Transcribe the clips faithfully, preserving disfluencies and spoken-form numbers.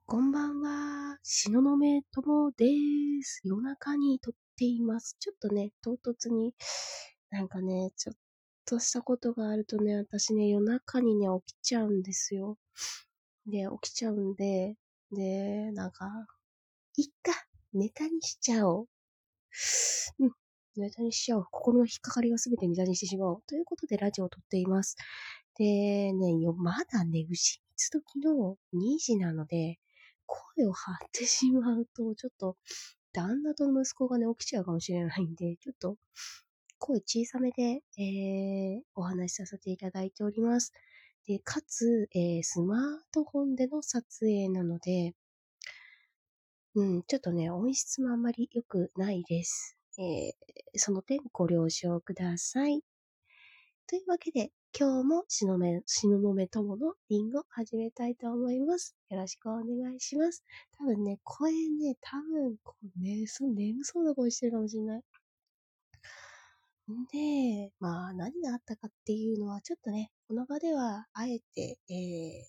こんばんは、東雲友です。夜中に撮っています。ちょっとね、唐突に、なんかね、ちょっとしたことがあるとね、私ね、夜中にね、起きちゃうんですよ。で、起きちゃうんで、で、なんか、いっか、ネタにしちゃおう。うん、ネタにしちゃおう。心の引っかかりはすべてネタにしてしまおう。ということで、ラジオを撮っています。で、ね、よ、まだね、牛蜜時のにじなので、声を張ってしまうと、ちょっと、旦那と息子がね、起きちゃうかもしれないんで、ちょっと、声小さめで、えー、お話しさせていただいております。で、かつ、えー、スマートフォンでの撮影なので、うん、ちょっとね、音質もあんまり良くないです。えー、その点ご了承ください。というわけで、今日もしのめ、しののめ友のリンゴ始めたいと思います。よろしくお願いします。多分ね、声ね、多分、こうね、そう、眠そうな声してるかもしれない。んで、まあ、何があったかっていうのは、ちょっとね、この場では、あえて、えー、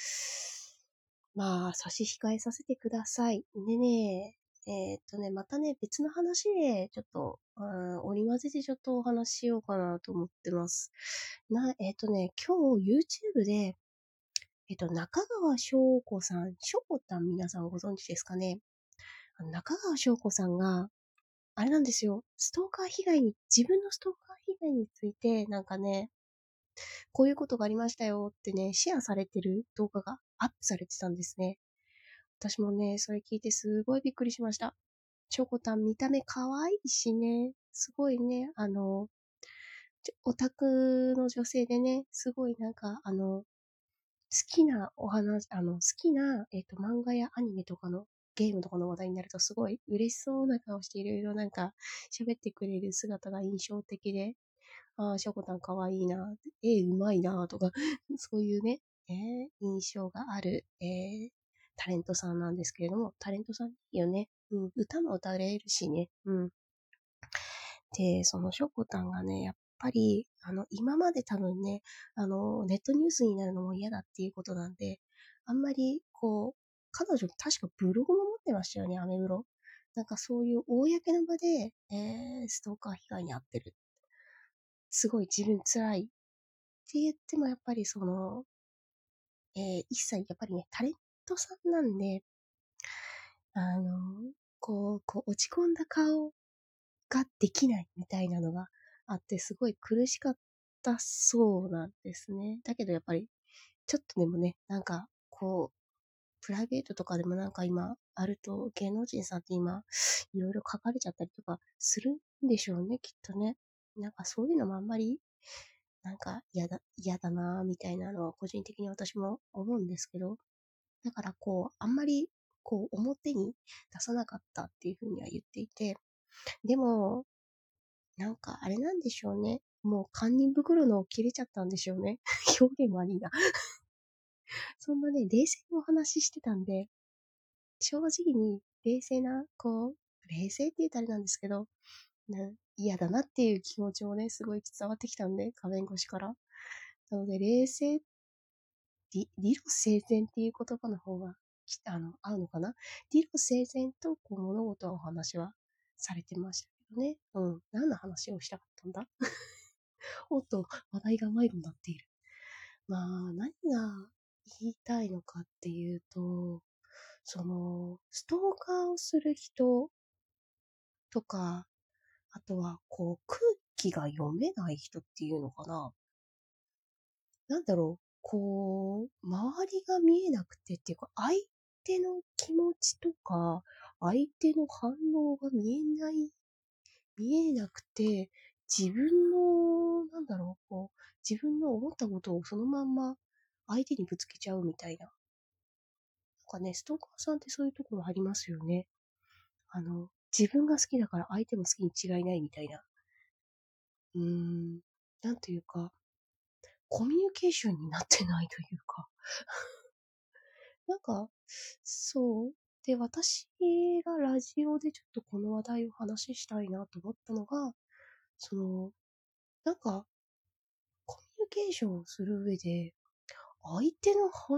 まあ、差し控えさせてください。でね、えーっとね、またね、別の話で、ちょっと、うん、織り交ぜてちょっとお話ししようかなと思ってます。な、えーっとね、今日 YouTube で、えっと、中川翔子さん、翔子たん皆さんご存知ですかね。あの中川翔子さんが、あれなんですよ、ストーカー被害に、自分のストーカー被害について、なんかね、こういうことがありましたよってね、シェアされてる動画がアップされてたんですね。私もね、それ聞いてすごいびっくりしました。しょこたん見た目可愛いしね、すごいね、あの、オタクの女性でね、すごいなんか、あの、好きなお話、あの、好きな、えっと、漫画やアニメとかの、ゲームとかの話題になるとすごい嬉しそうな顔していろいろなんか喋ってくれる姿が印象的で、ああ、しょこたん可愛いな、絵うまいなとか、そういうね、えー印象がある、えータレントさんなんですけれども、タレントさんいいよね。うん、歌も歌れるしね。うん。で、そのしょこたんがね、やっぱり、あの、今まで多分ね、あの、ネットニュースになるのも嫌だっていうことなんで、あんまり、こう、彼女確かブログも持ってましたよね、アメブロ。なんかそういう公の場で、えー、ストーカー被害に遭ってる。すごい自分辛いって言ってもやっぱりその、えー、一切やっぱりね、タレントさんなんで、あの、こう、こう落ち込んだ顔ができないみたいなのがあって、すごい苦しかったそうなんですね。だけどやっぱり、ちょっとでもね、なんか、こう、プライベートとかでもなんか今あると、芸能人さんって今、いろいろ書かれちゃったりとかするんでしょうね、きっとね。なんかそういうのもあんまり、なんか嫌だ、嫌だなぁ、みたいなのは個人的に私も思うんですけど、だからこう、あんまり、こう、表に出さなかったっていうふうには言っていて、でも、なんかあれなんでしょうね。もう堪忍袋の切れちゃったんでしょうね。表現悪いな。そんなね、冷静にお話ししてたんで、正直に冷静な、こう、冷静って言ったらあれなんですけど、ね、嫌だなっていう気持ちもね、すごい伝わってきたんで、画面越しから。なので、冷静、理理路整然っていう言葉の方が、あの、合うのかな。理路整然と、こう、物事はお話はされてましたけどね。うん。何の話をしたかったんだおっと、話題が迷子になっている。まあ、何が言いたいのかっていうと、その、ストーカーをする人とか、あとは、こう、空気が読めない人っていうのかな。なんだろう、こう、周りが見えなくてっていうか、相手の気持ちとか、相手の反応が見えない、見えなくて、自分の、なんだろう、こう、自分の思ったことをそのまんま相手にぶつけちゃうみたいな。なんかね、ストーカーさんってそういうところありますよね。あの、自分が好きだから相手も好きに違いないみたいな。うーん、なんというか、コミュニケーションになってないというか。なんか、そう。で、私がラジオでちょっとこの話題を話したいなと思ったのが、その、なんか、コミュニケーションをする上で、相手の反、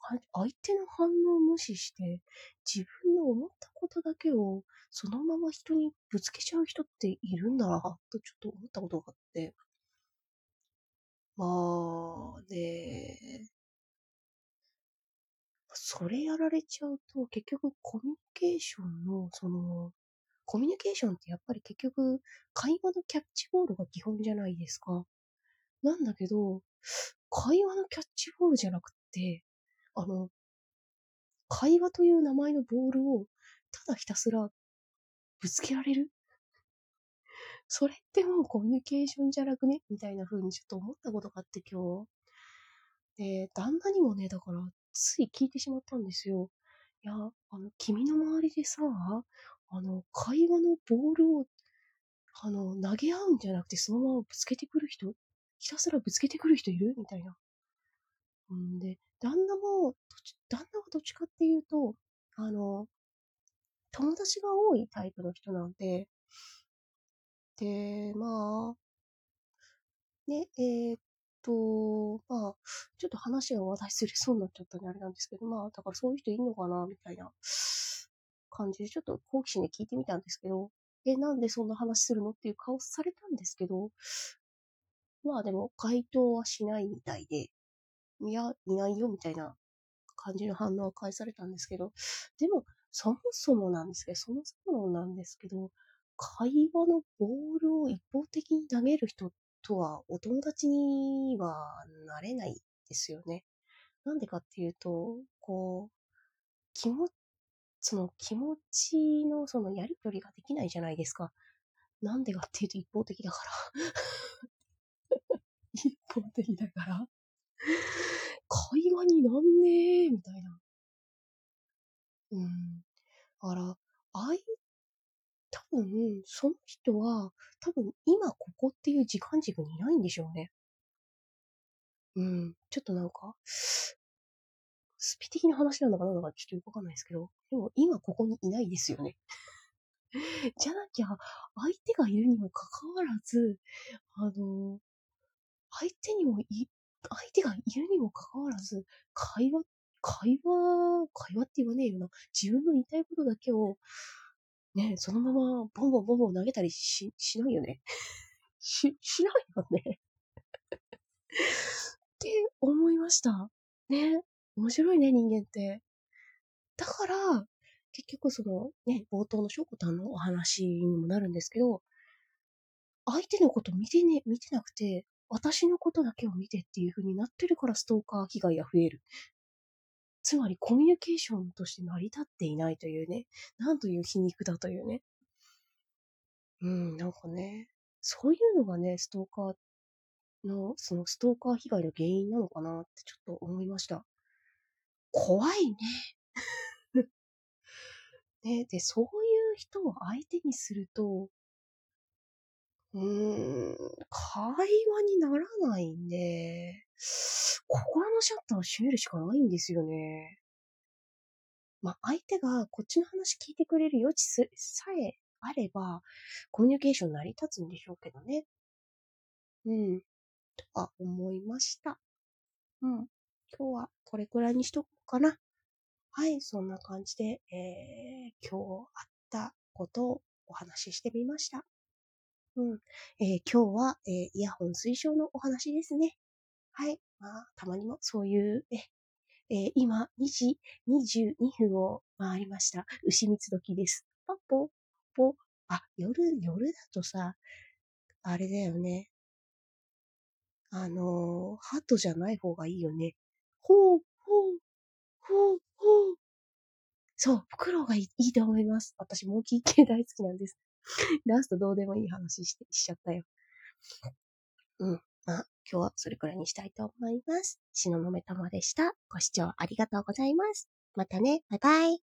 相手の反応を無視して、自分の思ったことだけをそのまま人にぶつけちゃう人っているんだな、とちょっと思ったことがあって。まあ、ね、それやられちゃうと、結局コミュニケーションの、その、コミュニケーションってやっぱり結局、会話のキャッチボールが基本じゃないですか。なんだけど、会話のキャッチボールじゃなくって、あの、会話という名前のボールを、ただひたすらぶつけられる、それってもうコミュニケーションじゃなくねみたいな風にちょっと思ったことがあって今日。で、旦那にもね、だから、つい聞いてしまったんですよ。いや、あの、君の周りでさ、あの、会話のボールを、あの、投げ合うんじゃなくて、そのままぶつけてくる人、ひたすらぶつけてくる人いるみたいな。うんで、旦那も、どっち旦那はどっちかっていうと、あの、友達が多いタイプの人なんで、で、まあ、ね、えーっと、まあ、ちょっと話が話題すれそうになっちゃったんであれなんですけど、まあ、だからそういう人いんのかな、みたいな感じで、ちょっと好奇心で聞いてみたんですけど、え、なんでそんな話するのっていう顔されたんですけど、まあでも回答はしないみたいで、いや、いないよみたいな感じの反応を返されたんですけど、でも、そもそもなんですけど、そもそもなんですけど、会話のボールを一方的に投げる人とはお友達にはなれないですよね。なんでかっていうと、こう、気持その気持ちのそのやりとりができないじゃないですか。なんでかっていうと一方的だから。一方的だから。会話になんねえ、みたいな。うん。だから、相多分、その人は、多分、今ここっていう時間軸にいないんでしょうね。うん。ちょっとなんか、スピ的な話なのかなのかちょっとよくわかんないですけど、でも今ここにいないですよね。じゃなきゃ、相手がいるにもかかわらず、あの、相手にもい、相手がいるにもかかわらず、会話、会話、会話って言わねえよな。自分の言いたいことだけを、ね、そのままボンボンボンボン投げたりし、しないよね。し、しないよね。って思いました。ね。面白いね、人間って。だから、結局そのね、冒頭のしょこたんのお話にもなるんですけど、相手のこと見てね、見てなくて、私のことだけを見てっていう風になってるからストーカー被害が増える。つまりコミュニケーションとして成り立っていないというね、なんという皮肉だというね。うん、なんかね、そういうのがね、ストーカーの、そのストーカー被害の原因なのかなってちょっと思いました。怖いね。ね、で、そういう人を相手にすると、うーん、会話にならないんで、心のシャッターを閉めるしかないんですよね。まあ、相手がこっちの話聞いてくれる余地すさえあれば、コミュニケーション成り立つんでしょうけどね。うん、とか思いました。うん。今日はこれくらいにしとこうかな。はい、そんな感じで、えー、今日あったことをお話ししてみました。うん。えー、今日は、えー、イヤホン推奨のお話ですね。はい。まあ、たまにもそういう、え、えー、今、にじにじゅうにふんを回りました。牛蜜時です。パッポ、ポ、あ、夜、夜だとさ、あれだよね。あのー、ハトじゃない方がいいよね。ほう、ほう、ほう、ほう。そう、フクロウがいいいいと思います。私、モンキー系大好きなんです。ラストどうでもいい話して、しちゃったよ。うん。まあ、今日はそれくらいにしたいと思います。しののめたまでした。ご視聴ありがとうございます。またね。バイバイ。